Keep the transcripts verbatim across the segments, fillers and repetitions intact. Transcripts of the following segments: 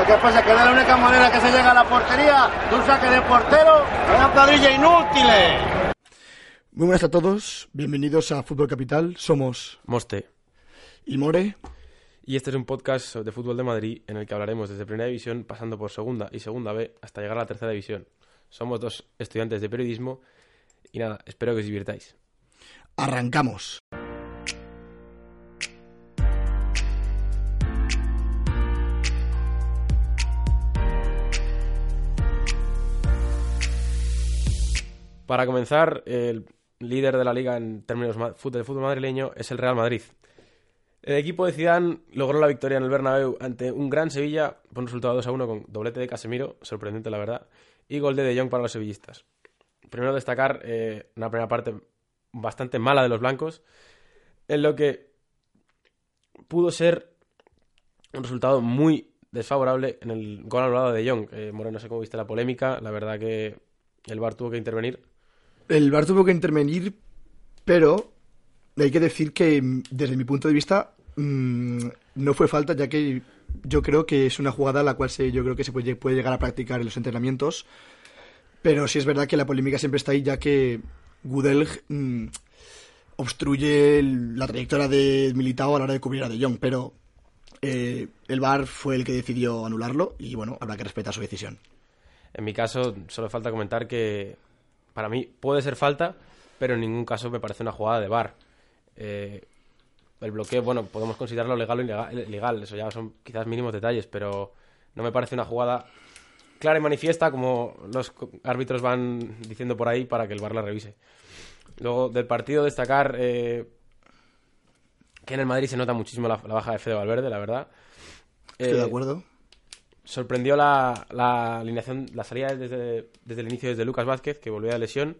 Pero ¿qué pasa? ¿Que es la única manera que se llega a la portería? ¿De un saque de portero? ¡Una cuadrilla inútiles! Muy buenas a todos, bienvenidos a Fútbol Capital. Somos Moste y More. Y este es un podcast de fútbol de Madrid en el que hablaremos desde Primera División, pasando por Segunda y Segunda B, hasta llegar a la Tercera División. Somos dos estudiantes de periodismo y nada, espero que os divirtáis. Arrancamos. Para comenzar, el líder de la liga en términos de fútbol madrileño es el Real Madrid. El equipo de Zidane logró la victoria en el Bernabéu ante un gran Sevilla por un resultado dos a uno con doblete de Casemiro, sorprendente la verdad, y gol de De Jong para los sevillistas. Primero destacar eh, una primera parte bastante mala de los blancos, en lo que pudo ser un resultado muy desfavorable en el gol anulado de De Jong. Eh, Moreno, no sé cómo viste la polémica, la verdad que el V A R tuvo que intervenir. El V A R tuvo que intervenir, pero hay que decir que desde mi punto de vista mmm, no fue falta, ya que yo creo que es una jugada la cual se, yo creo que se puede, puede llegar a practicar en los entrenamientos, pero sí es verdad que la polémica siempre está ahí, ya que Gudel mmm, obstruye el, la trayectoria de Militao a la hora de cubrir a De Jong, pero eh, el V A R fue el que decidió anularlo y bueno, habrá que respetar su decisión. En mi caso, solo falta comentar que para mí puede ser falta, pero en ningún caso me parece una jugada de V A R. Eh, el bloqueo, bueno, podemos considerarlo legal o ilegal, eso ya son quizás mínimos detalles, pero no me parece una jugada clara y manifiesta como los árbitros van diciendo por ahí para que el V A R la revise. Luego, del partido, destacar eh, que en el Madrid se nota muchísimo la, la baja de Fede Valverde, la verdad. Estoy eh, de acuerdo. Sorprendió la, la alineación, la salida desde, desde el inicio desde Lucas Vázquez, que volvió de lesión.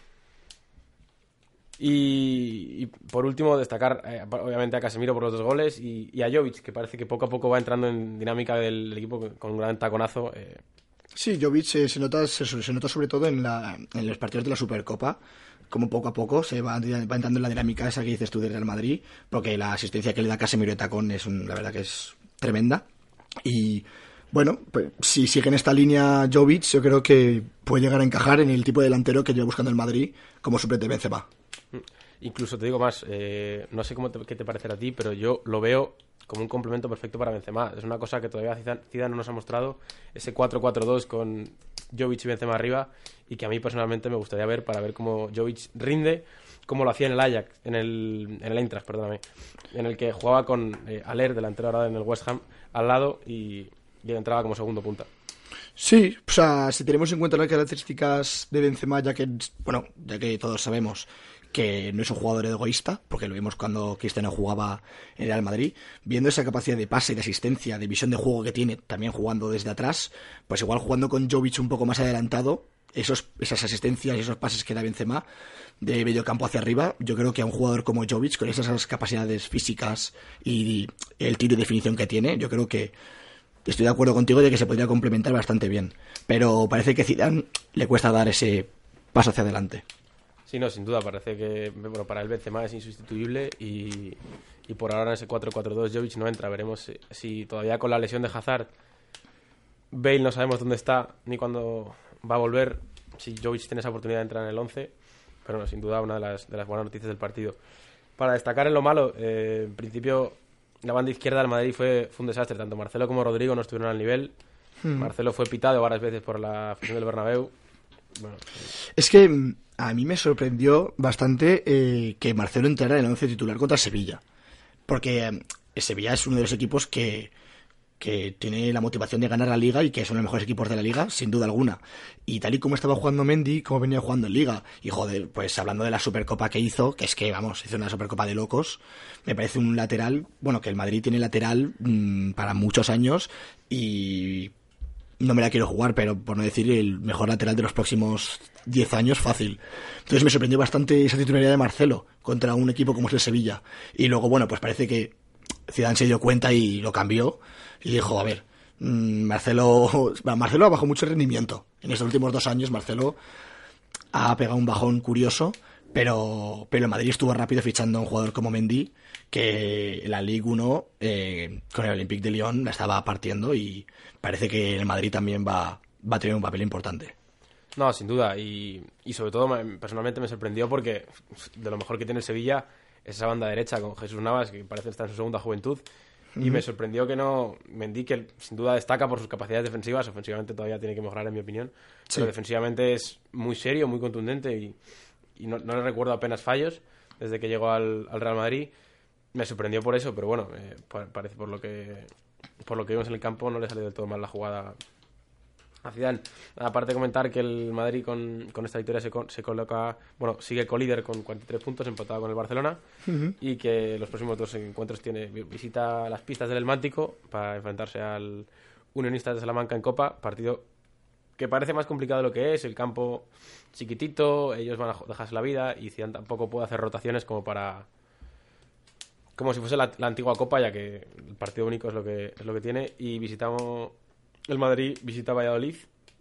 Y, y por último, destacar eh, obviamente a Casemiro por los dos goles y, y a Jovic, que parece que poco a poco va entrando en dinámica del, del equipo con un gran taconazo. Eh. Sí, Jovic eh, se nota se, se nota sobre todo en, la, en los partidos de la Supercopa, como poco a poco se va, va entrando en la dinámica esa que dices tú del Real Madrid, porque la asistencia que le da Casemiro de tacón es un, la verdad que es tremenda. Y bueno, pues si sigue en esta línea Jovic, yo creo que puede llegar a encajar en el tipo de delantero que lleva buscando el Madrid como suplente de Benzema. Incluso te digo más, eh, no sé cómo te, qué te parecerá a ti, pero yo lo veo como un complemento perfecto para Benzema. Es una cosa que todavía Zidane no nos ha mostrado, ese cuatro cuatro dos con Jovic y Benzema arriba, y que a mí personalmente me gustaría ver para ver cómo Jovic rinde, como lo hacía en el Ajax, en el, en el Eintracht, perdóname, en el que jugaba con eh, Haller, delantero ahora en el West Ham, al lado y, y entraba como segundo punta. Sí, o sea, si tenemos en cuenta las características de Benzema, ya que, bueno, ya que todos sabemos que no es un jugador egoísta, porque lo vimos cuando Cristiano jugaba en el Real Madrid, viendo esa capacidad de pase, de asistencia, de visión de juego que tiene, también jugando desde atrás, pues igual jugando con Jovic un poco más adelantado, esos, esas asistencias y esos pases que da Benzema de medio campo hacia arriba, yo creo que a un jugador como Jovic, con esas capacidades físicas y el tiro y definición que tiene, yo creo que estoy de acuerdo contigo de que se podría complementar bastante bien, pero parece que a Zidane le cuesta dar ese paso hacia adelante. Sí, no, sin duda, parece que bueno, para el Benzema es insustituible y, y por ahora en ese cuatro cuatro dos Jovic no entra. Veremos si, si todavía con la lesión de Hazard, Bale no sabemos dónde está ni cuándo va a volver, si Jovic tiene esa oportunidad de entrar en el once, pero no, sin duda una de las, de las buenas noticias del partido. Para destacar en lo malo, eh, en principio la banda izquierda del Madrid fue, fue un desastre, tanto Marcelo como Rodrigo no estuvieron al nivel. Hmm. Marcelo fue pitado varias veces por la afición del Bernabéu. Bueno, es que a mí me sorprendió bastante eh, que Marcelo entrara en el once titular contra Sevilla, porque eh, Sevilla es uno de los equipos que, que tiene la motivación de ganar la Liga y que son los mejores equipos de la Liga, sin duda alguna. Y tal y como estaba jugando Mendy, como venía jugando en Liga, y joder, pues hablando de la Supercopa que hizo, que es que, vamos, hizo una Supercopa de locos, me parece un lateral, bueno, que el Madrid tiene lateral mmm, para muchos años y no me la quiero jugar, pero por no decir el mejor lateral de los próximos diez años, fácil. Entonces me sorprendió bastante esa titularidad de Marcelo contra un equipo como es el Sevilla. Y luego, bueno, pues parece que Zidane se dio cuenta y lo cambió y dijo, a ver, mmm, Marcelo Marcelo ha bajado mucho el rendimiento. En estos últimos dos años Marcelo ha pegado un bajón curioso, pero, pero el Madrid estuvo rápido fichando a un jugador como Mendy, que en la Ligue uno eh, con el Olympique de Lyon la estaba partiendo, y parece que el Madrid también va, va a tener un papel importante. No, sin duda, y, y sobre todo personalmente me sorprendió porque de lo mejor que tiene el Sevilla es esa banda derecha con Jesús Navas, que parece estar en su segunda juventud, y me sorprendió que no Mendy, que sin duda destaca por sus capacidades defensivas, ofensivamente todavía tiene que mejorar en mi opinión, sí. Pero defensivamente es muy serio, muy contundente, y, y no, no le recuerdo apenas fallos desde que llegó al, al Real Madrid. Me sorprendió por eso, pero bueno, eh, parece por lo que por lo que vimos en el campo no le salió del todo mal la jugada a Zidane. Aparte de comentar que el Madrid con, con esta victoria se, se coloca, bueno, sigue colíder con cuarenta y tres puntos, empatado con el Barcelona, uh-huh. y que los próximos dos encuentros tiene visita las pistas del Mántico para enfrentarse al Unionistas de Salamanca en Copa, partido que parece más complicado de lo que es, el campo chiquitito, ellos van a dejarse la vida y Zidane tampoco puede hacer rotaciones como para como si fuese la, la antigua Copa, ya que el partido único es lo que es lo que tiene. Y visitamos el Madrid, visita Valladolid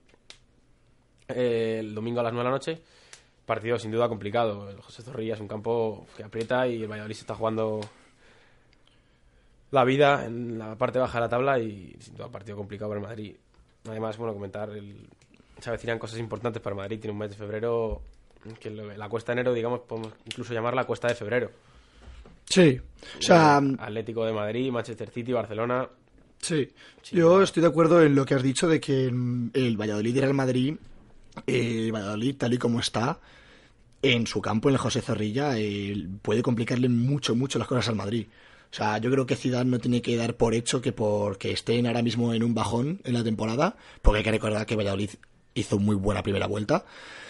eh, el domingo a las nueve de la noche. Partido sin duda complicado. El José Zorrilla es un campo que aprieta y el Valladolid se está jugando la vida en la parte baja de la tabla y sin duda partido complicado para el Madrid. Además, bueno, comentar, el, se avecinan cosas importantes para el Madrid. Tiene un mes de febrero que la cuesta de enero, digamos, podemos incluso llamarla cuesta de febrero. Sí, o sea... Atlético de Madrid, Manchester City, Barcelona... Sí, sí, yo estoy de acuerdo en lo que has dicho de que el Valladolid y el Real Madrid, el Valladolid tal y como está en su campo, en el José Zorrilla, eh, puede complicarle mucho, mucho las cosas al Madrid. O sea, yo creo que Zidane no tiene que dar por hecho que porque estén ahora mismo en un bajón en la temporada, porque hay que recordar que Valladolid hizo muy buena primera vuelta.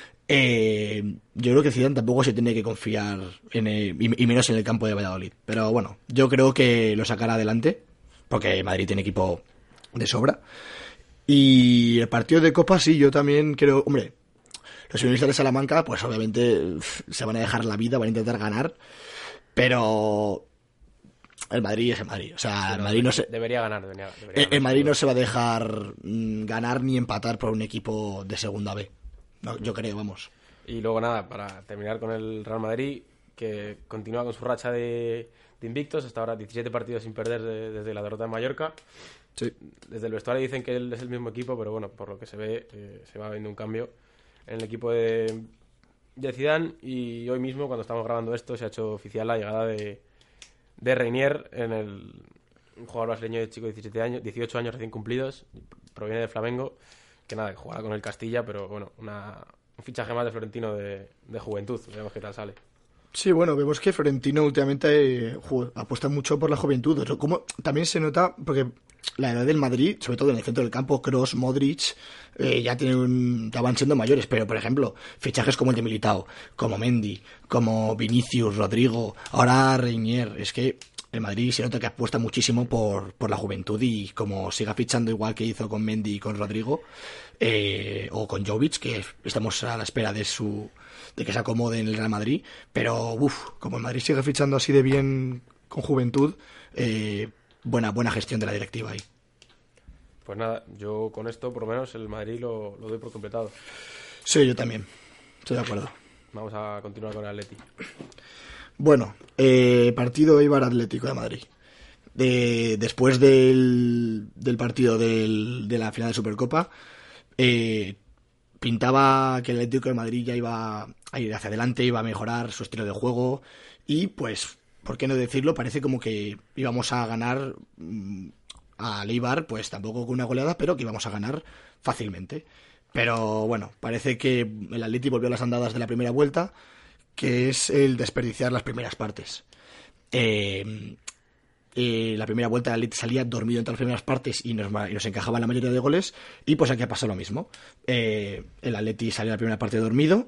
Eh, yo creo que Zidane tampoco se tiene que confiar en el, y, y menos en el campo de Valladolid, pero bueno, yo creo que lo sacará adelante porque Madrid tiene equipo de sobra. Y el partido de Copa sí, yo también creo, hombre, los Unionistas de Salamanca pues obviamente se van a dejar la vida, van a intentar ganar, pero el Madrid es el Madrid, o sea, sí, el Madrid no se debería ganar, debería, debería el, ganar el Madrid no se va a dejar mm, ganar ni empatar por un equipo de segunda B. No, yo creo, vamos. Y luego nada, para terminar con el Real Madrid, que continúa con su racha de, de invictos, hasta ahora diecisiete partidos sin perder de, desde la derrota en Mallorca. Sí. Desde el vestuario dicen que él es el mismo equipo, pero bueno, por lo que se ve, eh, se va viendo un cambio en el equipo de, de Zidane. Y hoy mismo, cuando estamos grabando esto, se ha hecho oficial la llegada de, de Reinier, en el, un jugador brasileño de chico de diecisiete años, dieciocho años recién cumplidos, proviene de Flamengo. Que nada, que jugará con el Castilla, pero bueno, una, un fichaje más de Florentino de, de juventud. Veremos qué tal sale. Sí, bueno, vemos que Florentino últimamente eh, apuesta mucho por la juventud. Como también se nota, porque la edad del Madrid, sobre todo en el centro del campo, Kroos, Modric, eh, ya tienen un, ya van siendo mayores, pero por ejemplo, fichajes como el de Militao, como Mendy, como Vinicius, Rodrigo, ahora Reinier, es que el Madrid se nota que apuesta muchísimo por, por la juventud, y como siga fichando igual que hizo con Mendy y con Rodrigo, eh, o con Jovic, que estamos a la espera de su de que se acomode en el Real Madrid, pero uff, como el Madrid sigue fichando así de bien con juventud, eh, buena buena gestión de la directiva ahí. Pues nada, yo con esto por lo menos el Madrid lo, lo doy por completado. Sí, yo también, estoy de acuerdo. Vamos a continuar con el Atleti. Bueno, eh, partido Eibar Atlético de Madrid. De, después del, del partido del, de la final de Supercopa, eh, pintaba que el Atlético de Madrid ya iba a ir hacia adelante, iba a mejorar su estilo de juego y pues, ¿por qué no decirlo? Parece como que íbamos a ganar mmm, al Eibar, pues tampoco con una goleada, pero que íbamos a ganar fácilmente. Pero bueno, parece que el Atleti volvió a las andadas de la primera vuelta, que es el desperdiciar las primeras partes. Eh, eh, la primera vuelta el Atleti salía dormido entre las primeras partes y nos, y nos encajaba la mayoría de goles, y pues aquí ha pasado lo mismo. Eh, el Atleti salió en la primera parte dormido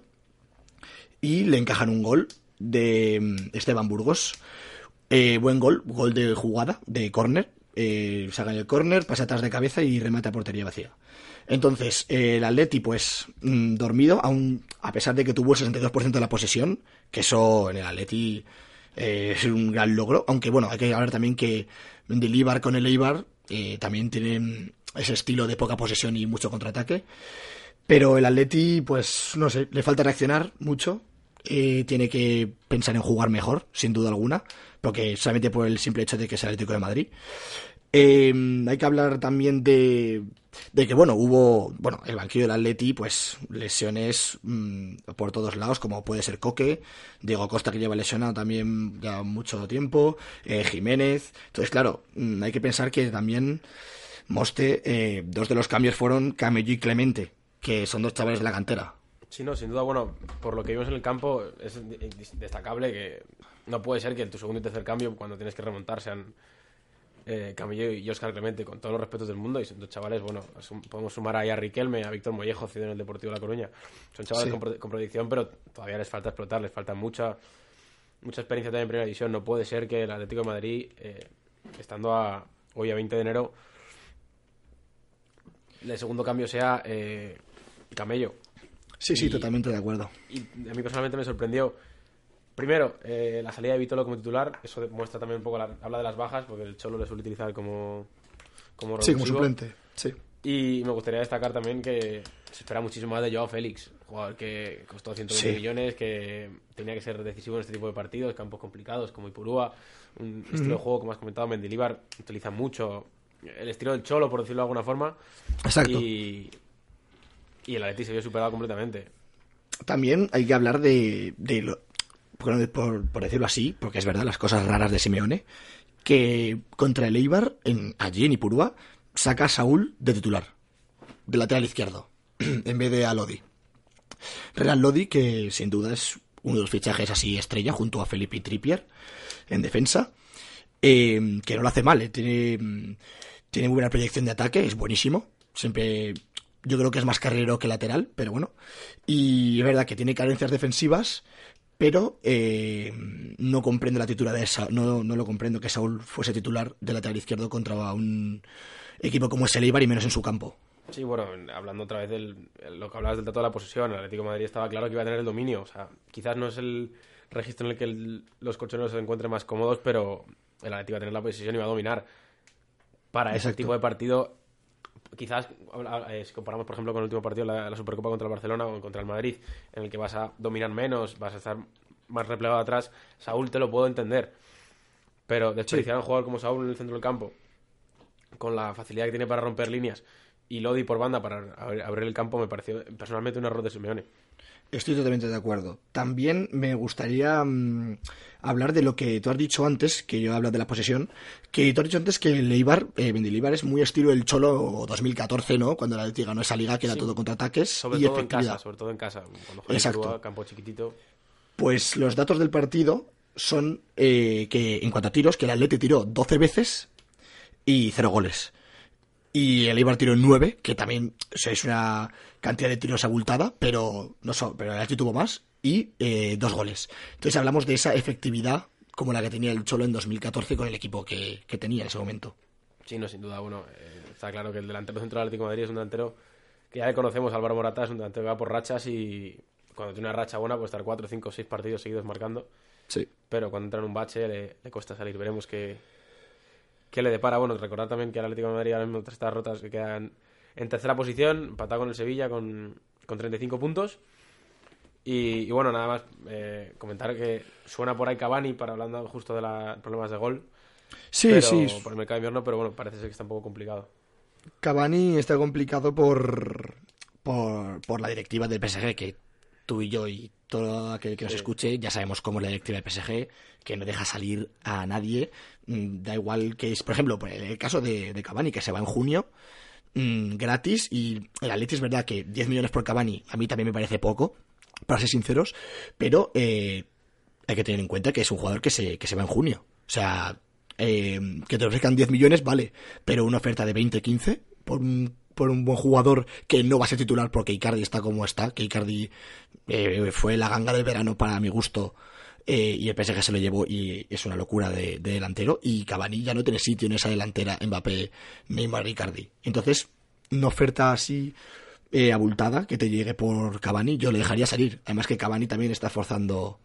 y le encajan un gol de Esteban Burgos. Eh, buen gol, gol de jugada, de córner. Eh, saca el córner, pasa atrás de cabeza y remata a portería vacía. Entonces, eh, el Atleti, pues, mmm, dormido, aun, a pesar de que tuvo el sesenta y dos por ciento de la posesión, que eso en el Atleti eh, es un gran logro, aunque bueno, hay que hablar también que Mendilibar con el Eibar eh, también tienen ese estilo de poca posesión y mucho contraataque, pero el Atleti, pues, no sé, le falta reaccionar mucho, eh, tiene que pensar en jugar mejor, sin duda alguna, porque solamente por el simple hecho de que es el Atlético de Madrid. Eh, hay que hablar también de, de que, bueno, hubo, bueno, el banquillo del Atleti, pues lesiones mmm, por todos lados, como puede ser Coque, Diego Costa, que lleva lesionado también ya mucho tiempo, eh, Jiménez. Entonces, claro, mmm, hay que pensar que también Moste, eh, dos de los cambios fueron Camello y Clemente, que son dos chavales de la cantera. Sí, no, sin duda, bueno, por lo que vimos en el campo, es destacable que no puede ser que en tu segundo y tercer cambio, cuando tienes que remontar, sean eh, Camello y Óscar Clemente, con todos los respetos del mundo, y son dos chavales, bueno, sum, podemos sumar ahí a Riquelme, a Víctor Mollejo, cedido en el Deportivo de La Coruña. Son chavales sí. con, pro, con proyección, pero todavía les falta explotar, les falta mucha mucha experiencia también en Primera División. No puede ser que el Atlético de Madrid, eh, estando a, hoy a veinte de enero, el segundo cambio sea eh, Camello. Sí, y, sí, totalmente de acuerdo. Y a mí personalmente me sorprendió. Primero, eh, la salida de Vitolo como titular, eso muestra también un poco, la, habla de las bajas, porque el Cholo le suele utilizar como como sí, como suplente, sí. Y me gustaría destacar también que se espera muchísimo más de Joao Félix, jugador que costó ciento veinte sí. millones, que tenía que ser decisivo en este tipo de partidos, campos complicados como Ipurúa, un mm-hmm. estilo de juego, como has comentado, Mendilibar utiliza mucho el estilo del Cholo, por decirlo de alguna forma. Exacto. Y, y el Atleti se vio superado completamente. También hay que hablar de, de lo, por, por, por decirlo así, porque es verdad, las cosas raras de Simeone, que contra el Eibar, en, allí en Ipurúa, saca a Saúl de titular, de lateral izquierdo, en vez de a Lodi. Renan Lodi, que sin duda es uno de los fichajes así estrella, junto a Felipe y Trippier, en defensa, eh, que no lo hace mal, eh, tiene, tiene muy buena proyección de ataque, es buenísimo, siempre... Yo creo que es más carrilero que lateral, pero bueno. Y es verdad que tiene carencias defensivas, pero eh, no comprendo la titular de Saúl, no, no lo comprendo que Saúl fuese titular de lateral izquierdo contra un equipo como es el Eibar y menos en su campo. Sí, bueno, hablando otra vez de lo que hablabas del dato de la posesión, el Atlético de Madrid estaba claro que iba a tener el dominio. O sea, quizás no es el registro en el que el, los colchoneros se encuentren más cómodos, pero el Atlético iba a tener la posesión y iba a dominar. Para Exacto. ese tipo de partido... Quizás, eh, si comparamos, por ejemplo, con el último partido, la, la Supercopa contra el Barcelona o contra el Madrid, en el que vas a dominar menos, vas a estar más replegado atrás, Saúl te lo puedo entender. Pero desperdiciar sí. a un jugador como Saúl en el centro del campo, con la facilidad que tiene para romper líneas, y Lodi por banda para abrir el campo, me pareció personalmente un error de Simeone. Estoy totalmente de acuerdo. También me gustaría um, hablar de lo que tú has dicho antes, que yo hablo de la posesión, que tú has dicho antes que el Eibar, eh, Mendilibar es muy estilo el Cholo dos mil catorce, ¿no? Cuando el Atlético ganó esa liga que era sí. todo contraataques sobre y todo efectividad. En casa, sobre todo en casa, cuando juega Exacto. en Perú, campo chiquitito. Pues los datos del partido son eh, que en cuanto a tiros, que el Atlético tiró doce veces y cero goles. Y el Eibar tiró nueve, que también o sea, es una cantidad de tiros abultada, pero no so, pero el Atlético tuvo más, y eh, dos goles. Entonces hablamos de esa efectividad como la que tenía el Cholo en dos mil catorce con el equipo que, que tenía en ese momento. Sí, no, sin duda. Bueno, eh, está claro que el delantero centro del Atlético de Madrid es un delantero que ya le conocemos, Álvaro Morata, es un delantero que va por rachas y cuando tiene una racha buena puede estar cuatro, cinco, seis partidos seguidos marcando. Sí. Pero cuando entra en un bache le, le cuesta salir. Veremos qué... ¿Qué le depara? Bueno, recordad también que el Atlético de Madrid ahora mismo tras estas rotas que quedan en tercera posición, empatado con el Sevilla con, con treinta y cinco puntos. Y, y bueno, nada más eh, comentar que suena por ahí Cavani para hablando justo de los problemas de gol. Sí, pero, sí. Por el mercado de invierno, pero bueno, parece ser que está un poco complicado. Cavani está complicado por, por, por la directiva del P S G, que tú y yo y todo aquel que nos sí. escuche ya sabemos cómo es la directiva del P S G, que no deja salir a nadie. Da igual que es, por ejemplo, el caso de, de Cavani, que se va en junio mmm, gratis, y el Atleti es verdad que diez millones por Cavani a mí también me parece poco, para ser sinceros, pero eh, hay que tener en cuenta que es un jugador que se, que se va en junio. O sea, eh, que te ofrezcan diez millones, vale, pero una oferta de veinte, quince por un, por un buen jugador que no va a ser titular porque Icardi está como está, que Icardi eh, fue la ganga del verano para mi gusto. Eh, y el P S G se lo llevó y es una locura de, de delantero, y Cavani ya no tiene sitio en esa delantera, Mbappé, Neymar, Icardi. Entonces, una oferta así eh, abultada que te llegue por Cavani, yo le dejaría salir. Además que Cavani también está forzando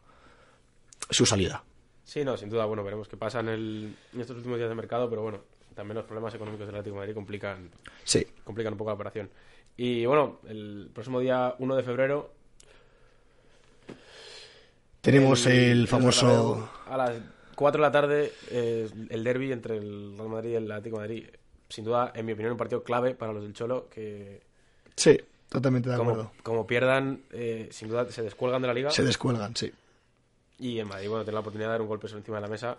su salida. Sí, no, sin duda. Bueno, veremos qué pasa en, el, en estos últimos días de mercado, pero bueno, también los problemas económicos del Atlético de Madrid complican, sí. complican un poco la operación. Y bueno, el próximo día uno de febrero Tenemos el, el famoso... El a las cuatro de la tarde, eh, el derbi entre el Real Madrid y el Atlético de Madrid. Sin duda, en mi opinión, un partido clave para los del Cholo, que... Sí, totalmente de como, acuerdo. Como pierdan, eh, sin duda se descuelgan de la Liga. Se descuelgan, sí. Y el Madrid, bueno, tiene la oportunidad de dar un golpe encima de la mesa.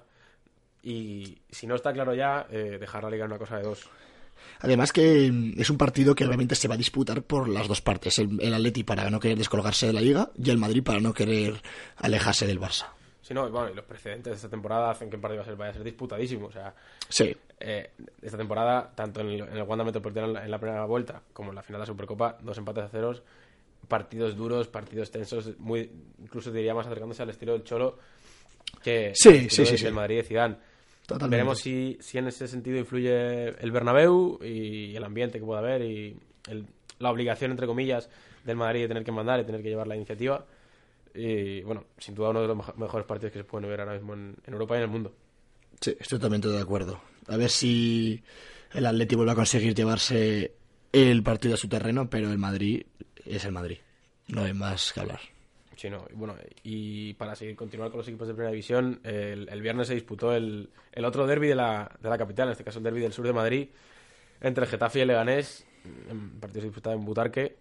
Y si no está claro ya, eh, dejar la Liga en una cosa de dos. Además que es un partido que obviamente se va a disputar por las dos partes. El, el Atleti para no querer descolgarse de la Liga y el Madrid para no querer alejarse del Barça. Sí, no, bueno, y los precedentes de esta temporada hacen que el partido vaya a ser, vaya a ser disputadísimo. O sea, sí. eh, esta temporada, tanto en el, en el Wanda Metropolitano en la, en la primera vuelta como en la final de la Supercopa, dos empates a ceros, partidos duros, partidos tensos, muy incluso diría más acercándose al estilo del Cholo que sí, el sí, sí, del sí. Madrid de Zidane. Totalmente. Veremos si, si en ese sentido influye el Bernabéu y el ambiente que pueda haber y el, la obligación, entre comillas, del Madrid de tener que mandar y tener que llevar la iniciativa. Y bueno, sin duda uno de los mej- mejores partidos que se pueden ver ahora mismo en, en Europa y en el mundo. Sí, estoy totalmente de acuerdo. A ver si el Atleti vuelve a conseguir llevarse el partido a su terreno, pero el Madrid es el Madrid. No hay más que hablar. Sí, no, y bueno, y para seguir continuar con los equipos de Primera División, el, el viernes se disputó el, el otro derbi de la, de la capital, en este caso el derbi del sur de Madrid, entre el Getafe y el Leganés, un partido disputado en Butarque,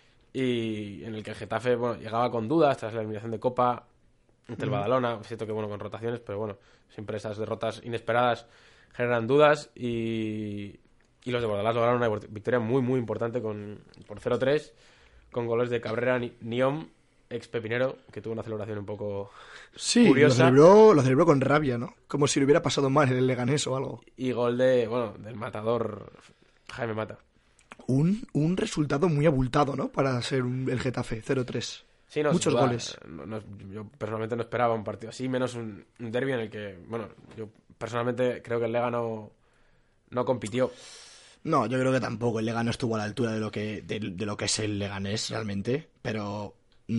y en el que el Getafe, bueno, llegaba con dudas tras la eliminación de Copa ante el Badalona, es cierto que bueno, con rotaciones, pero bueno, siempre esas derrotas inesperadas generan dudas, y, y los de Bordalás lograron una victoria muy, muy importante con, por cero tres, con goles de Cabrera, Ni- Niom, ex pepinero, que tuvo una celebración un poco sí, curiosa. Lo celebró, lo celebró con rabia, ¿no? Como si le hubiera pasado mal en el Leganés o algo. Y gol de, bueno, del matador Jaime Mata. Un, un resultado muy abultado, ¿no? Para ser un, el Getafe, cero tres. Sí, no, Muchos duda, goles. No, no, yo personalmente no esperaba un partido así, menos un, un derbi en el que, bueno, yo personalmente creo que el Lega no, no compitió. No, yo creo que tampoco. El Lega no estuvo a la altura de lo que, de, de lo que es el Leganés realmente, pero...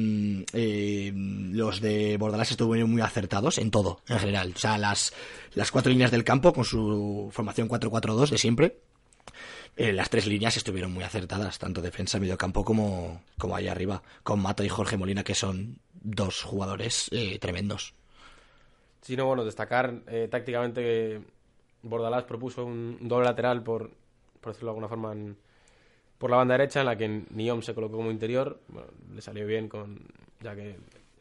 Eh, los de Bordalás estuvieron muy acertados en todo, en general. O sea, las, las cuatro líneas del campo con su formación cuatro cuatro dos de siempre, eh, las tres líneas estuvieron muy acertadas, tanto defensa, mediocampo como, como ahí arriba, con Mata y Jorge Molina, que son dos jugadores eh, tremendos. Sí, no, bueno, destacar eh, tácticamente que Bordalás propuso un doble lateral, por, por decirlo de alguna forma, en, por la banda derecha, en la que Niom se colocó como interior. Bueno, le salió bien, con ya que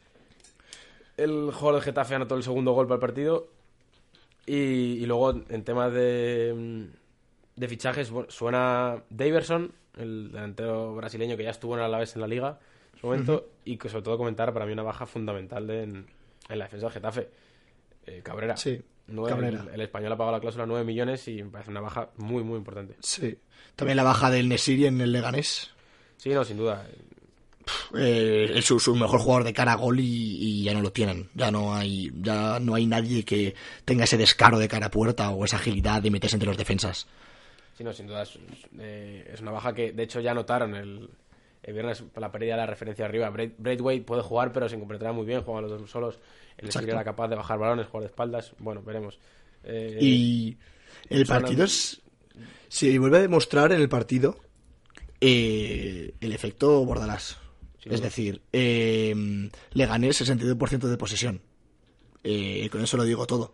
el jugador del Getafe anotó el segundo gol para el partido. Y, y luego, en temas de, de fichajes, bueno, suena Daverson, el delantero brasileño que ya estuvo en el Alavés en la Liga en su momento, uh-huh. Y que sobre todo comentar para mí una baja fundamental de, en, en la defensa del Getafe. Eh, Cabrera. Sí, nueve, Cabrera. El, el español ha pagado la cláusula nueve millones y me parece una baja muy, muy importante. Sí. También la baja del Nesiri en el Leganés. Sí, no, sin duda. Eh, es su, su mejor jugador de cara a gol y, y ya no lo tienen. Ya no hay ya no hay nadie que tenga ese descaro de cara a puerta o esa agilidad de meterse entre los defensas. Sí, no, sin duda es, eh, es una baja que de hecho ya notaron el, el viernes la pérdida de la referencia arriba. Braith, Braithwaite puede jugar, pero se completará muy bien, juegan los dos solos. El Nesiri era capaz de bajar balones, jugar de espaldas. Bueno, veremos. Eh, y el partido es... Se vuelve a demostrar en el partido eh, el efecto Bordalás. Sí, es decir, eh, Leganés sesenta y dos por ciento de posesión. Eh, con eso lo digo todo.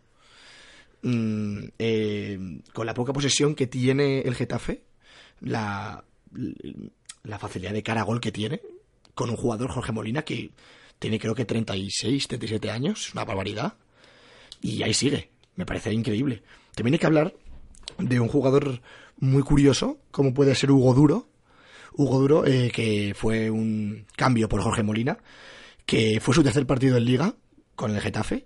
Mm, eh, con la poca posesión que tiene el Getafe, la, la facilidad de cara a gol que tiene, con un jugador, Jorge Molina, que tiene creo que treinta y seis, treinta y siete años, es una barbaridad. Y ahí sigue, me parece increíble. También hay que hablar de un jugador muy curioso, como puede ser Hugo Duro. Hugo Duro, eh, que fue un cambio por Jorge Molina, que fue su tercer partido en Liga con el Getafe,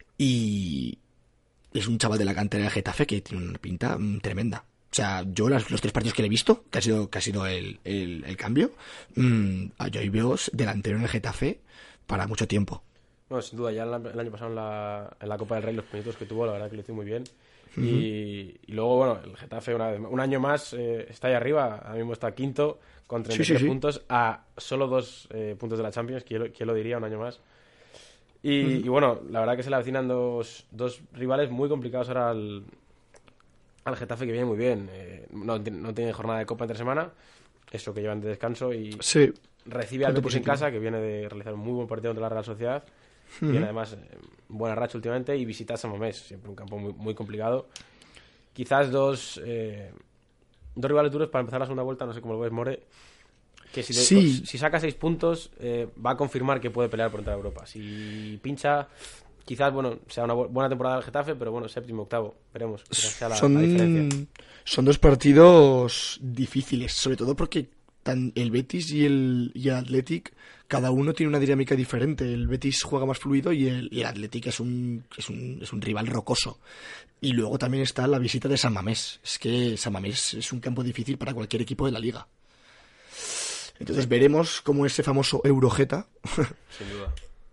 y es un chaval de la cantera del Getafe que tiene una pinta mm, tremenda. O sea, yo las, los tres partidos que le he visto, que ha sido, que ha sido el, el, el cambio, mmm, yo ahí veo delantero en el Getafe para mucho tiempo. Bueno, sin duda, ya el año pasado en la, en la Copa del Rey, los minutos que tuvo, la verdad que lo hizo muy bien. Uh-huh. Y, y luego, bueno, el Getafe una vez, un año más eh, está ahí arriba, ahora mismo está quinto con treinta y tres sí, sí, puntos, sí. A solo dos eh, puntos de la Champions, ¿quién, quién lo diría un año más? Y, uh-huh. y bueno, la verdad que se le avecinan dos, dos rivales muy complicados ahora al, al Getafe, que viene muy bien. Eh, no, no tiene jornada de Copa entre semana, eso que llevan de descanso, y sí. recibe al Betis en casa, que viene de realizar un muy buen partido contra la Real Sociedad. Uh-huh. Tiene además eh, buena racha últimamente y visita San Mamés, siempre un campo muy, muy complicado. Quizás dos, eh, dos rivales duros para empezar la segunda vuelta, no sé cómo lo ves, More. Que si, de, sí. si saca seis puntos, eh, va a confirmar que puede pelear por entrar a Europa. Si pincha, quizás, bueno, sea una bu- buena temporada del Getafe, pero bueno, séptimo, octavo, veremos. Quizás sea la, son, la diferencia. Son dos partidos difíciles, sobre todo porque tan el Betis y el, y el Athletic, cada uno tiene una dinámica diferente. El Betis juega más fluido y el, y el Athletic es un, es, un, es un rival rocoso. Y luego también está la visita de San Mamés. Es que San Mamés es un campo difícil para cualquier equipo de la liga. Entonces veremos cómo ese famoso Eurojeta Sin duda.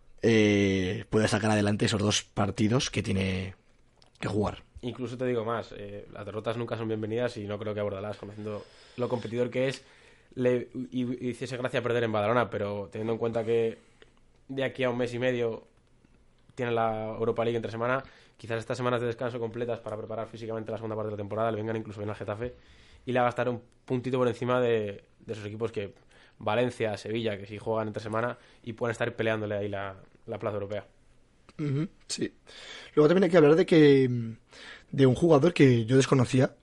eh, puede sacar adelante esos dos partidos que tiene que jugar. Incluso te digo más, eh, las derrotas nunca son bienvenidas y no creo que a Bordalás, conociendo lo competidor que es, le y, y hiciese gracia perder en Badalona, pero teniendo en cuenta que de aquí a un mes y medio tiene la Europa League entre semana, quizás estas semanas de descanso completas para preparar físicamente la segunda parte de la temporada le vengan incluso bien al Getafe y le va a estar un puntito por encima de, de esos equipos que Valencia, Sevilla, que sí juegan entre semana y pueden estar peleándole ahí la, la plaza europea. Uh-huh, sí. Luego también hay que hablar de que de un jugador que yo desconocía,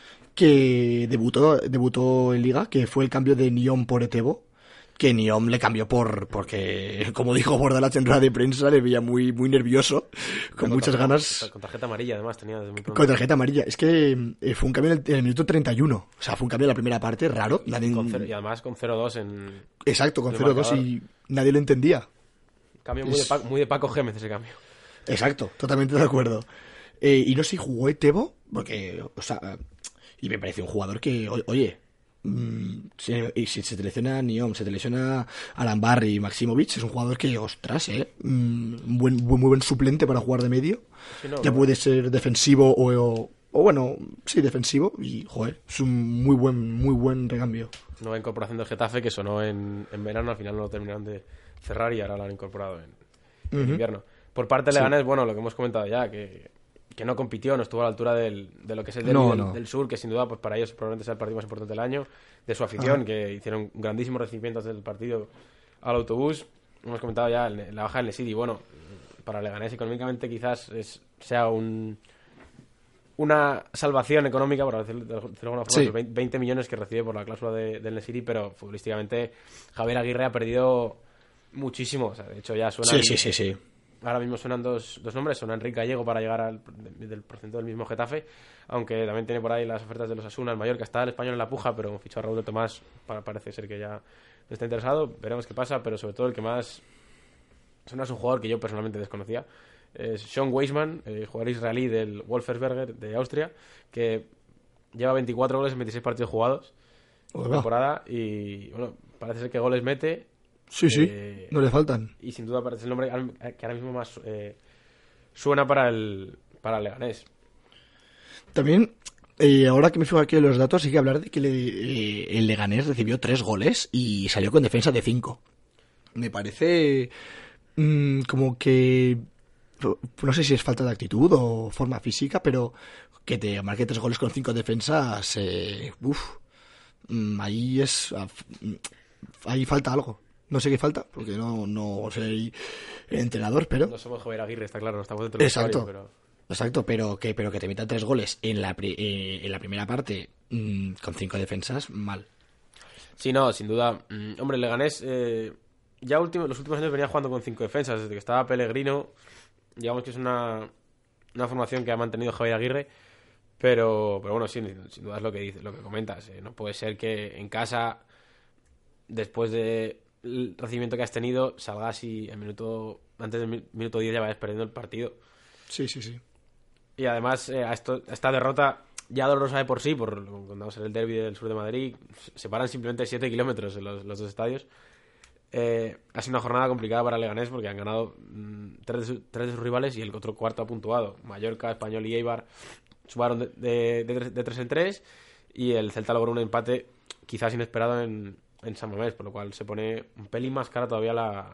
que debutó debutó en Liga, que fue el cambio de Niom por Etebo, que Niom le cambió por porque, como dijo Bordalás en rueda de prensa, le veía muy muy nervioso, con, con muchas tarjeta, ganas. Con tarjeta amarilla, además, tenía desde muy pronto. Con tarjeta amarilla. Es que eh, fue un cambio en el, en el minuto treinta y uno. O sea, fue un cambio en la primera parte, raro. Nadie... Con cero, y además con cero dos en... Exacto, con cero dos y nadie lo entendía. Cambio muy, es... de Paco, muy de Paco Gémez ese cambio. Exacto, totalmente de acuerdo. Eh, y no sé si jugó Etebo, porque, o sea, y me parece un jugador que, o, oye, mmm, si, y si se te lesiona Niom, se te lesiona Alan Barry y Maximovic, es un jugador que, ostras, eh, mmm, buen, buen, muy buen suplente para jugar de medio. Sí, no, ya no. Puede ser defensivo o, o, o, bueno, sí, defensivo y, joder, es un muy buen, muy buen recambio. Nueva incorporación del Getafe que sonó en, en verano, al final no lo terminaron de cerrar y ahora lo han incorporado en, en uh-huh. invierno. Por parte de Leganés, sí. Bueno, lo que hemos comentado ya, que, que no compitió, no estuvo a la altura del, de lo que es el derbi no, del, no. del sur, que sin duda pues para ellos probablemente sea el partido más importante del año, de su afición, ah. que hicieron un grandísimo recibimiento del partido al autobús. Hemos comentado ya el, la baja del City. Bueno, para Leganés económicamente quizás es, sea un una salvación económica, por decirlo de alguna forma, sí. veinte millones que recibe por la cláusula de, del City, pero futbolísticamente Javier Aguirre ha perdido muchísimo. O sea, de hecho ya suena... Sí, sí, sí, sí. Ahora mismo suenan dos, dos nombres, suena Enrique Gallego para llegar al del porcentaje del mismo Getafe, aunque también tiene por ahí las ofertas de los Asuna, el Mallorca, está el Español en la puja, pero hemos fichado a Raúl de Tomás, para, parece ser que ya no está interesado, veremos qué pasa, pero sobre todo el que más suena es un jugador que yo personalmente desconocía, es Sean Weisman, el jugador israelí del Wolfsberger de Austria, que lleva veinticuatro goles en veintiséis partidos jugados en la temporada y bueno, parece ser que goles mete. Sí, sí, eh, no le faltan. Y sin duda parece el nombre que ahora mismo más eh, suena para el, para el Leganés. También, eh, ahora que me fijo aquí en los datos, hay que hablar de que le, eh, el Leganés recibió tres goles y salió con defensa de cinco. Me parece mmm, como que, no sé si es falta de actitud o forma física, pero que te marque tres goles con cinco defensas, eh, uff, mmm, ahí es, ahí falta algo. No sé qué falta, porque no, no soy entrenador, pero... No somos Javier Aguirre, está claro, no estamos dentro del Exacto, pero... exacto, pero que, pero que te metan tres goles en la, eh, en la primera parte mmm, con cinco defensas, mal. Sí, no, sin duda. Mm, hombre, el Leganés eh, ya último, los últimos años venía jugando con cinco defensas, desde que estaba Pellegrino, digamos que es una, una formación que ha mantenido Javier Aguirre, pero, pero bueno, sí, sin duda es lo que dices, lo que comentas. Eh, no puede ser que en casa, después de... el recibimiento que has tenido, salgas y el minuto antes del minuto diez ya vayas perdiendo el partido. Sí, sí, sí. Y además, eh, a esto, a esta derrota ya dolorosa de por sí, por cuando vamos en el derbi del sur de Madrid, separan simplemente siete kilómetros en los, los dos estadios. Eh, ha sido una jornada complicada para Leganés porque han ganado mmm, tres, de su, tres de sus rivales y el otro cuarto ha puntuado. Mallorca, Español y Eibar sumaron de, de, de, de tres en tres y el Celta logró un empate quizás inesperado en en San Mamés, por lo cual se pone un pelín más cara todavía la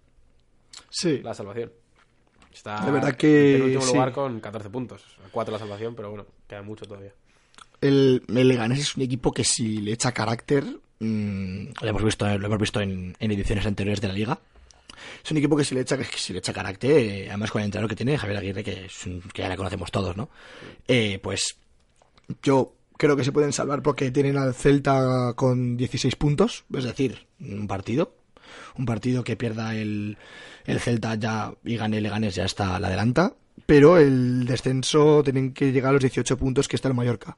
sí. la salvación. Está de verdad que en último sí. lugar con catorce puntos, cuatro la salvación, pero bueno, queda mucho todavía. El, el Leganés es un equipo que si le echa carácter, mmm, lo hemos visto, lo hemos visto en, en ediciones anteriores de la liga, es un equipo que si le echa, que si le echa carácter, eh, además con el entrenador que tiene, Javier Aguirre, que, es un, que ya la conocemos todos, ¿no? Eh, pues yo creo que se pueden salvar porque tienen al Celta con dieciséis puntos, es decir, un partido. Un partido que pierda el, el Celta ya y gane el Leganés ya está a la adelanta, pero el descenso tienen que llegar a los dieciocho puntos que está el Mallorca.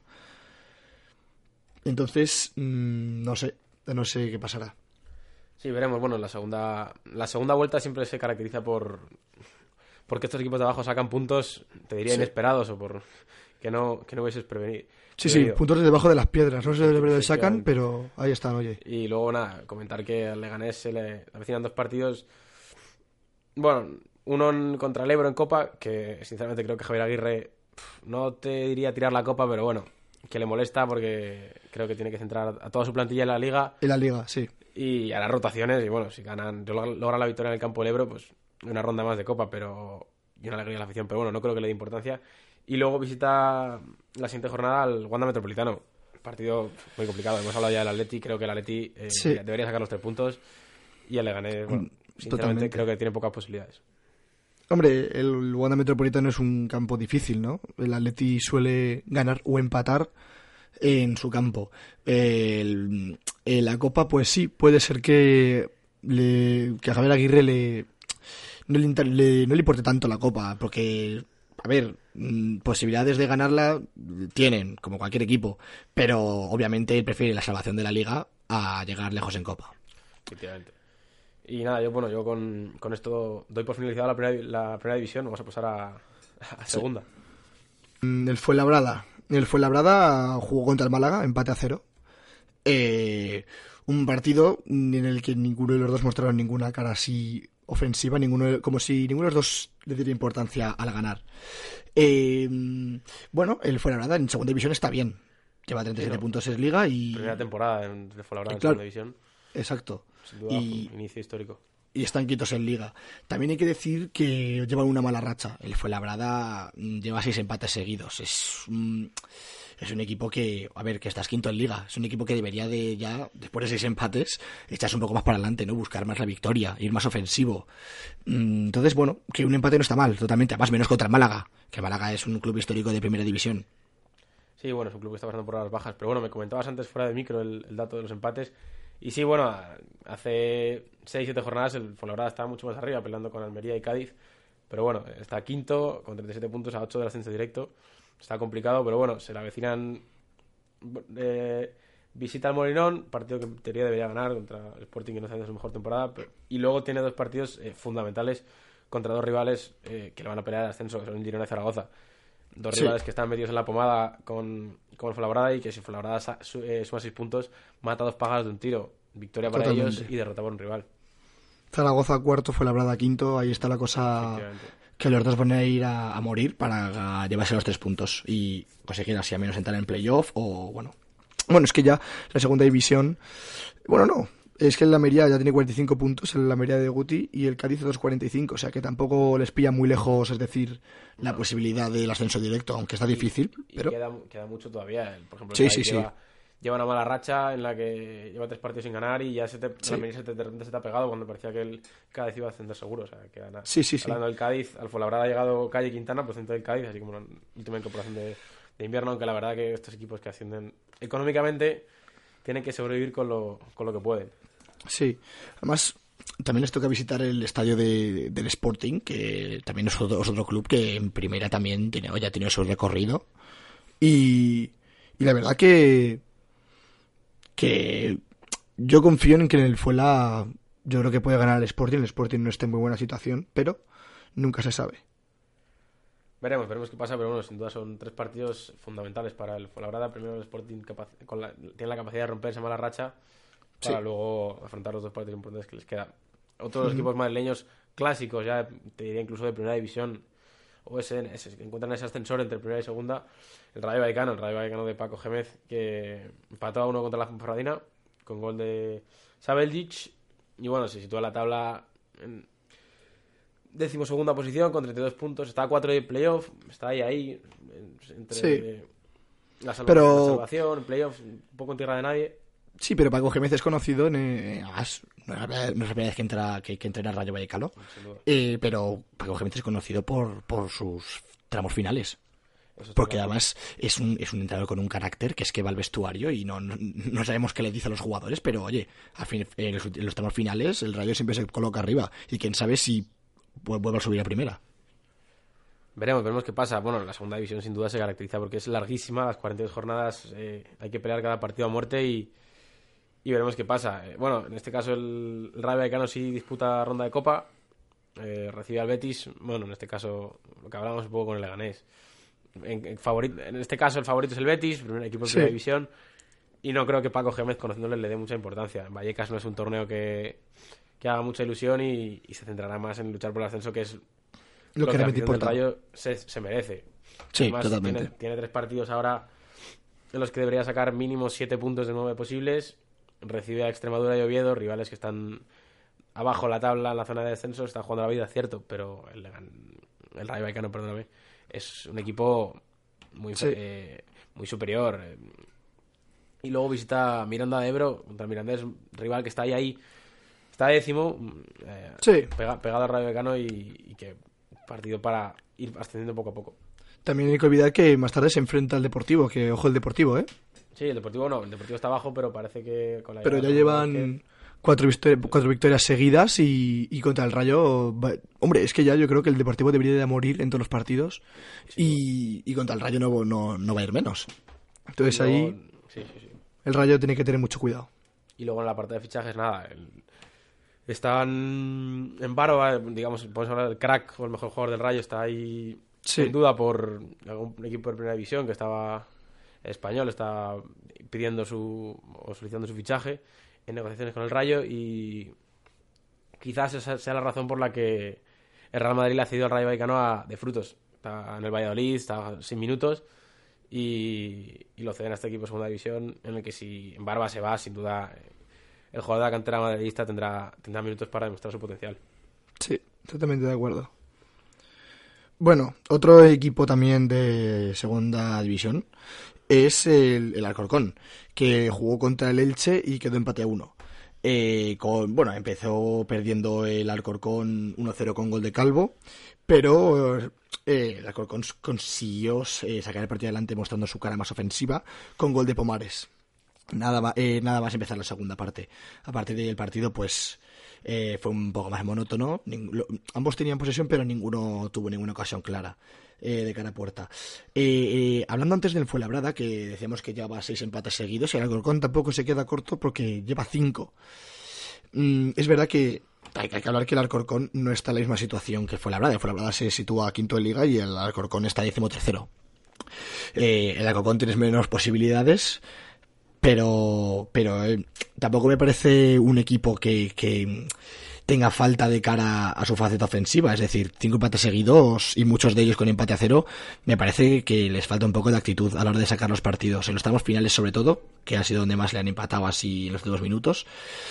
Entonces, mmm, no sé, no sé qué pasará. Sí, veremos. Bueno, la segunda la segunda vuelta siempre se caracteriza por porque estos equipos de abajo sacan puntos, te diría, sí, inesperados o por que no que no hubieses prevenido. Sí, sí, puntos de debajo de las piedras. No sé de verdad sacan, pero ahí están, oye. Y luego, nada, comentar que al Leganés se le avecinan dos partidos. Bueno, uno en, contra el Ebro en Copa, que sinceramente creo que Javier Aguirre, pff, no te diría tirar la Copa, pero bueno, que le molesta porque creo que tiene que centrar a toda su plantilla en la Liga. En la Liga, sí. Y a las rotaciones, y bueno, si ganan, logran la victoria en el campo del Ebro, pues una ronda más de Copa, pero y una alegría a la afición, pero bueno, no creo que le dé importancia. Y luego visita la siguiente jornada al Wanda Metropolitano. Partido muy complicado. Hemos hablado ya del Atleti. Creo que el Atleti eh, sí. debería sacar los tres puntos. Y el Leganés, bueno, sinceramente, totalmente, creo que tiene pocas posibilidades. Hombre, el Wanda Metropolitano es un campo difícil, ¿no? El Atleti suele ganar o empatar en su campo. El, el, la Copa, pues sí, puede ser que, le, que a Javier Aguirre le no le, le no le importe tanto la Copa, porque... A ver, posibilidades de ganarla tienen, como cualquier equipo, pero obviamente él prefiere la salvación de la Liga a llegar lejos en Copa. Efectivamente. Y nada, yo bueno, yo con, con esto doy por finalizada la primera, la primera división. Vamos a pasar a, a segunda. Sí. El Fuenlabrada. El Fuenlabrada jugó contra el Málaga, empate a cero. Eh, un partido en el que ninguno de los dos mostraron ninguna cara así ofensiva, ninguno, como si ninguno de los dos le diera importancia al ganar. Eh, bueno, el Fuenlabrada en segunda división está bien. Lleva treinta y siete sí, no. puntos en Liga y... Primera temporada en el Fuenlabrada en claro, segunda división. Exacto. Sin duda, y, un inicio histórico. Y están quietos en Liga. También hay que decir que llevan una mala racha. El Fuenlabrada lleva seis empates seguidos. Es un, es un equipo que, a ver, que estás quinto en Liga. Es un equipo que debería de ya, después de seis empates, echarse un poco más para adelante, ¿no? Buscar más la victoria, ir más ofensivo. Entonces, bueno, que un empate no está mal, totalmente. Además, menos contra el Málaga, que Málaga es un club histórico de primera división. Sí, bueno, es un club que está pasando por las bajas. Pero bueno, me comentabas antes fuera de micro el, el dato de los empates. Y sí, bueno, hace seis siete jornadas el Fuenlabrada estaba mucho más arriba, peleando con Almería y Cádiz. Pero bueno, está quinto, con treinta y siete puntos a ocho del ascenso directo. Está complicado, pero bueno, se le avecinan... Eh, visita al Molinón, partido que en teoría debería ganar contra el Sporting, que no está haciendo su mejor temporada. Pero, y luego tiene dos partidos eh, fundamentales contra dos rivales eh, que le van a pelear al ascenso, que son Girona y Zaragoza. Dos sí. rivales que están metidos en la pomada con, con el Fuenlabrada, y que si Fuenlabrada su, eh, suma seis puntos, mata dos pájaros de un tiro. Victoria para Totalmente. ellos y derrota por un rival. Zaragoza cuarto, Fuenlabrada quinto. Ahí está la cosa que los dos van a ir a, a morir para llevarse los tres puntos y conseguir así a menos entrar en playoff o bueno. Bueno, es que ya la segunda división... Bueno, no. Es que el Almería ya tiene cuarenta y cinco puntos, el Almería de Guti, y el Cádiz dos cuarenta y cinco, o sea que tampoco les pilla muy lejos, es decir, la no. posibilidad del ascenso directo, aunque está difícil. Y, pero y queda, queda mucho todavía. Por ejemplo, sí, el sí, lleva, sí. lleva una mala racha en la que lleva tres partidos sin ganar y ya se te, sí. el Almería se te, de repente se te ha pegado cuando parecía que el Cádiz iba a ascender seguro. O sea, que nada. Sí, sí, sí. Hablando del Cádiz, al Fuenlabrada ha llegado Calle Quintana, procedente del Cádiz, así como una última incorporación de, de invierno, aunque la verdad que estos equipos que ascienden económicamente tienen que sobrevivir con lo, con lo que pueden. Sí, además también les toca visitar el estadio de, del Sporting, que también es otro, es otro club que en primera también tiene, ya tiene su recorrido. Y, y la verdad que que yo confío en que en el Fuenla yo creo que puede ganar el Sporting. El Sporting no está en muy buena situación, pero nunca se sabe. Veremos, veremos qué pasa, pero bueno, sin duda son tres partidos fundamentales para el Fuenlabrada. Primero el Sporting capac- con la, tiene la capacidad de romper esa mala racha para sí. luego afrontar los dos partidos importantes que les quedan. Otros uh-huh. equipos madrileños clásicos, ya te diría incluso de primera división, o ese, ese, que encuentran ese ascensor entre primera y segunda, el Rayo Vallecano, el Rayo Vallecano de Paco Gémez, que empató a uno contra la Ponferradina con gol de Sabeljic, y bueno, se sitúa en la tabla en decimosegunda posición con treinta y dos puntos, está a cuatro de playoff, está ahí, ahí, entre sí. la, salva- Pero... la salvación, playoff, un poco en tierra de nadie. Sí, pero Paco Gémez es conocido en... Eh, además, no es la primera no es la primera vez que, entra, que, que entrena Rayo Vallecano, eh, pero Paco Gémez es conocido por, por sus tramos finales. Porque además es un, es un entrenador con un carácter que es que va al vestuario y no, no, no sabemos qué le dice a los jugadores, pero oye, al fin, en, los, en los tramos finales el Rayo siempre se coloca arriba y quién sabe si vuelve a subir a primera. Veremos, veremos qué pasa. Bueno, la segunda división sin duda se caracteriza porque es larguísima, las cuarenta y dos jornadas, eh, hay que pelear cada partido a muerte y, y veremos qué pasa. Eh, bueno, en este caso el, el Rayo Vallecano sí disputa ronda de Copa, eh, recibe al Betis, bueno, en este caso lo que hablamos un poco con el Leganés. En, en, favorito, en este caso el favorito es el Betis, primer equipo de primera sí. división, y no creo que Paco Gémez, conociéndole, le dé mucha importancia. En Vallecas no es un torneo que, que haga mucha ilusión y, y se centrará más en luchar por el ascenso, que es lo, lo que la afición del Rayo se, se merece. Sí, además, totalmente. Tiene, tiene tres partidos ahora en los que debería sacar mínimo siete puntos de nueve posibles. Recibe a Extremadura y Oviedo, rivales que están abajo en la tabla, en la zona de descenso, están jugando la vida, cierto, pero el, el Rayo Vallecano, perdóname, es un equipo muy, sí. eh, muy superior. Y luego visita Miranda de Ebro contra el Mirandés, rival que está ahí, ahí está décimo, eh, sí. pega, pegado al Rayo Vallecano y, y que partido para ir ascendiendo poco a poco. También hay que olvidar que más tarde se enfrenta al Deportivo, que ojo el Deportivo, ¿eh? Sí, el Deportivo no, el Deportivo está abajo, pero parece que con la Pero ya llevan que... cuatro, victor- cuatro victorias seguidas y, y contra el Rayo... Hombre, es que ya yo creo que el Deportivo debería de morir en todos los partidos sí. y, y contra el Rayo no, no, no va a ir menos. Entonces luego, ahí sí, sí, sí. el Rayo tiene que tener mucho cuidado. Y luego en la parte de fichajes, nada... El... Están en varo, digamos, podemos hablar del crack o el mejor jugador del Rayo, está ahí sí. en duda por algún equipo de primera división que estaba español, está pidiendo su o solicitando su fichaje en negociaciones con el Rayo y quizás esa sea la razón por la que el Real Madrid le ha cedido al Rayo Vallecano a De Frutos. Está en el Valladolid, está sin minutos y, y lo ceden a este equipo de segunda división en el que si en Barba se va, sin duda... el jugador de la cantera madridista tendrá, tendrá minutos para demostrar su potencial. Sí, totalmente de acuerdo. Bueno, otro equipo también de segunda división es el, el Alcorcón, que jugó contra el Elche y quedó empate a uno. Eh, con, bueno, empezó perdiendo el Alcorcón uno cero con gol de Calvo, pero eh, el Alcorcón consiguió eh, sacar el partido adelante mostrando su cara más ofensiva con gol de Pomares. Nada más, eh, nada más empezar la segunda parte. A partir del partido, pues eh, fue un poco más monótono. Ning- lo, ambos tenían posesión, pero ninguno tuvo ninguna ocasión clara eh, de cara a puerta. Eh, eh, hablando antes del Fuenlabrada, que decíamos que lleva seis empates seguidos, y el Alcorcón tampoco se queda corto porque lleva cinco. Mm, es verdad que hay que hablar que el Alcorcón no está en la misma situación que el Fuenlabrada. El Fuenlabrada se sitúa quinto en Liga y el Alcorcón está decimotercero. Eh, el Alcorcón tiene menos posibilidades. Pero pero eh, tampoco me parece un equipo que, que tenga falta de cara a su faceta ofensiva. Es decir, cinco empates seguidos y muchos de ellos con empate a cero. Me parece que les falta un poco de actitud a la hora de sacar los partidos. En los tramos finales sobre todo, que ha sido donde más le han empatado así en los últimos minutos.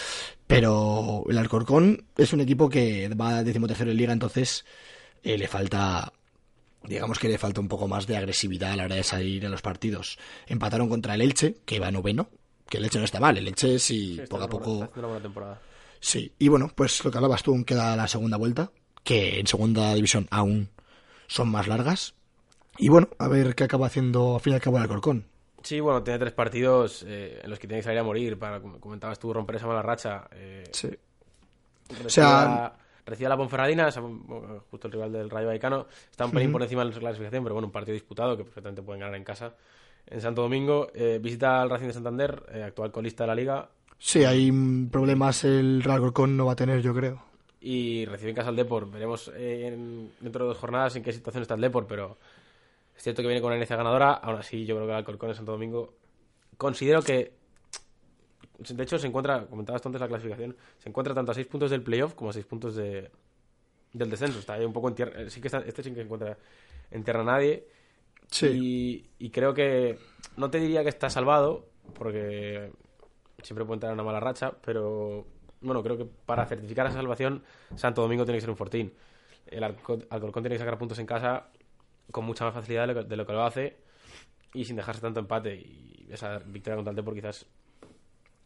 Pero el Alcorcón es un equipo que va decimotercero en Liga, entonces eh, le falta... digamos que le falta un poco más de agresividad a la hora de salir en los partidos. Empataron contra el Elche, que va noveno, que el Elche no está mal, el Elche sí, sí poco a poco... Está haciendo una buena temporada. Sí, y bueno, pues lo que hablabas tú, aún queda la segunda vuelta, que en segunda división aún son más largas. Y bueno, a ver qué acaba haciendo al fin y al cabo el Alcorcón. Sí, bueno, tiene tres partidos eh, en los que tiene que salir a morir, para, como comentabas tú, romper esa mala racha. Eh, sí. O sea... Recibe a la Ponferradina, justo el rival del Rayo Vallecano. Está un pelín uh-huh. por encima de la clasificación, pero bueno, un partido disputado que perfectamente pueden ganar en casa. En Santo Domingo, eh, visita al Racing de Santander, eh, actual colista de la Liga. Sí, hay problemas el Real Alcorcón no va a tener, yo creo. Y recibe en casa al Depor. Veremos eh, en, dentro de dos jornadas en qué situación está el Depor, pero es cierto que viene con una inercia ganadora. Aún así, yo creo que el Alcorcón en Santo Domingo considero que de hecho se encuentra, comentabas tú antes la clasificación, se encuentra tanto a seis puntos del playoff como a seis puntos de del descenso. Está ahí un poco en tierra, sí que está, este sí que se encuentra en tierra nadie. Sí. Y, y creo que no te diría que está salvado, porque siempre puede entrar en una mala racha, pero bueno, creo que para certificar esa salvación Santo Domingo tiene que ser un fortín. El Alcorcón, Alcorcón tiene que sacar puntos en casa con mucha más facilidad de lo que, de lo, que lo hace y sin dejarse tanto empate, y esa victoria contra el Depor quizás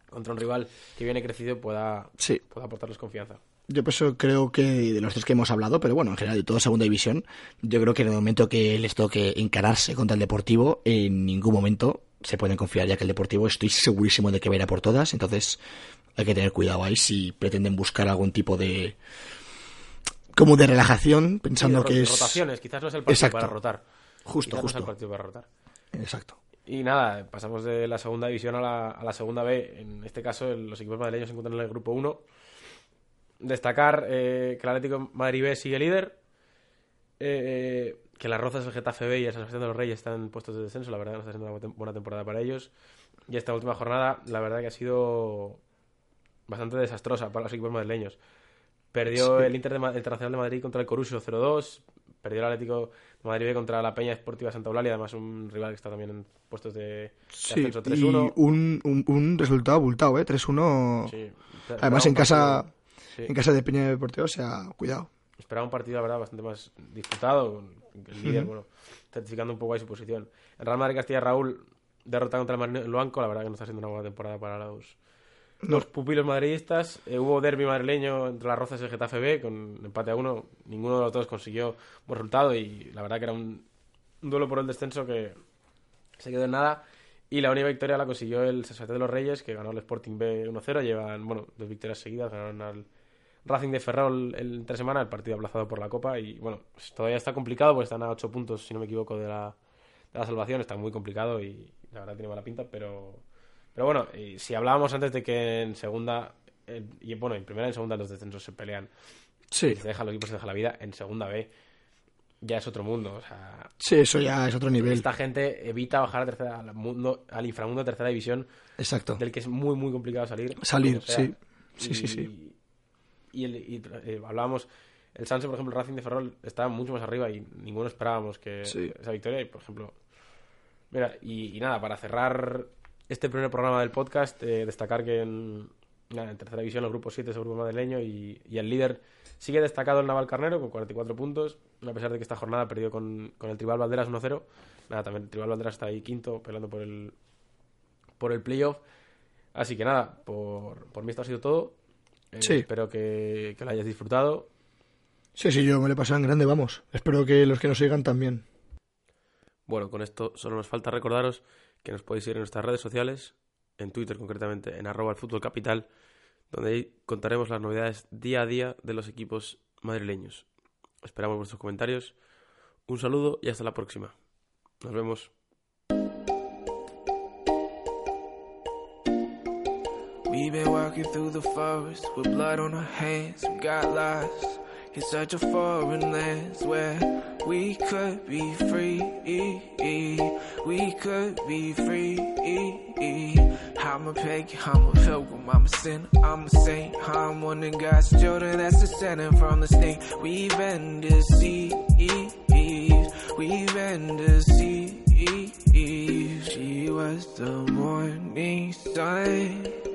contra un rival que viene crecido pueda, sí. pueda aportarles confianza. Yo por eso creo que de los tres que hemos hablado, pero bueno, en general de toda segunda división, yo creo que en el momento que les toque encararse contra el Deportivo, en ningún momento se pueden confiar, ya que el Deportivo estoy segurísimo de que va a ir a por todas, entonces hay que tener cuidado ahí si pretenden buscar algún tipo de como de relajación, pensando sí, de que es... rotaciones, quizás no es el partido Exacto. para rotar. Justo, quizás justo. No es el partido para rotar. Exacto. Y nada, pasamos de la segunda división a la, a la segunda B. En este caso, el, los equipos madrileños se encuentran en el grupo uno. Destacar eh, que el Atlético Madrid B sigue líder, eh, que las Rozas, el Getafe B y el San Sebastián de los Reyes están en puestos de descenso. La verdad que no está siendo una buena temporada para ellos. Y esta última jornada, la verdad que ha sido bastante desastrosa para los equipos madrileños. Perdió sí. el Inter de Ma- el Internacional de Madrid contra el Coruso cero dos. Perdió el Atlético de Madrid B contra la Peña Esportiva Santa Eulalia, además un rival que está también en puestos de, de sí, ascenso tres uno. Y un, un, un resultado abultado, ¿eh? tres uno. Sí. Además en casa, sí. en casa de Peña Deportivo, o sea, cuidado. Esperaba un partido, la verdad, bastante más disputado. El líder, uh-huh. bueno, certificando un poco ahí su posición. El Real Madrid Castilla Raúl derrotado contra el Madrid Luanco, la verdad que no está siendo una buena temporada para los... No. Los pupilos madridistas. Eh, hubo derbi madrileño entre las Rozas y el Getafe B con empate a uno. Ninguno de los dos consiguió buen resultado y la verdad que era un, un duelo por el descenso que se quedó en nada. Y la única victoria la consiguió el San Sebastián de los Reyes, que ganó el Sporting B uno cero. Llevan, bueno, dos victorias seguidas. Ganaron al Racing de Ferrol el tres semanas, el partido aplazado por la Copa. Y bueno, pues todavía está complicado porque están a ocho puntos, si no me equivoco, de la, de la salvación. Está muy complicado y la verdad tiene mala pinta, pero... Pero bueno, y si hablábamos antes de que en segunda, en, y bueno, en primera y en segunda los descensos se pelean, sí. y se deja, los equipos se dejan la vida, en segunda B ya es otro mundo. O sea, sí, eso ya es otro nivel. Esta gente evita bajar a tercera, al, mundo, al inframundo de tercera división. Exacto. Del que es muy, muy complicado salir. Salir, sí. Sí, y, sí, sí. Y, el, y eh, hablábamos, el Sanse, por ejemplo, el Racing de Ferrol estaba mucho más arriba y ninguno esperábamos que sí. esa victoria. Y, por ejemplo, mira, y, y nada, para cerrar este primer programa del podcast, eh, destacar que en, nada, en tercera división el grupo siete es el grupo madrileño y, y el líder sigue destacado el Navalcarnero con cuarenta y cuatro puntos, a pesar de que esta jornada perdió con, con el Tribal Valderas uno cero. Nada, también el Tribal Valderas está ahí quinto, peleando por el por el playoff. Así que nada, por, por mí esto ha sido todo. Eh, sí. Espero que, que lo hayas disfrutado. Sí, sí, yo me lo he pasado en grande, vamos. Espero que los que nos sigan también. Bueno, con esto solo nos falta recordaros que nos podéis seguir en nuestras redes sociales, en Twitter concretamente, en arroba el fútbol capital, donde ahí contaremos las novedades día a día de los equipos madrileños. Esperamos vuestros comentarios. Un saludo y hasta la próxima. Nos vemos. We've been walking through the forest with blood on our hands. We got lost in such a foreign land where we could be free. We could be free. I'm a pagan, I'm a pilgrim, I'm a sinner, I'm a saint. I'm one of God's children that's descended from the snake. We've been deceived, we've been deceived. She was the morning sun.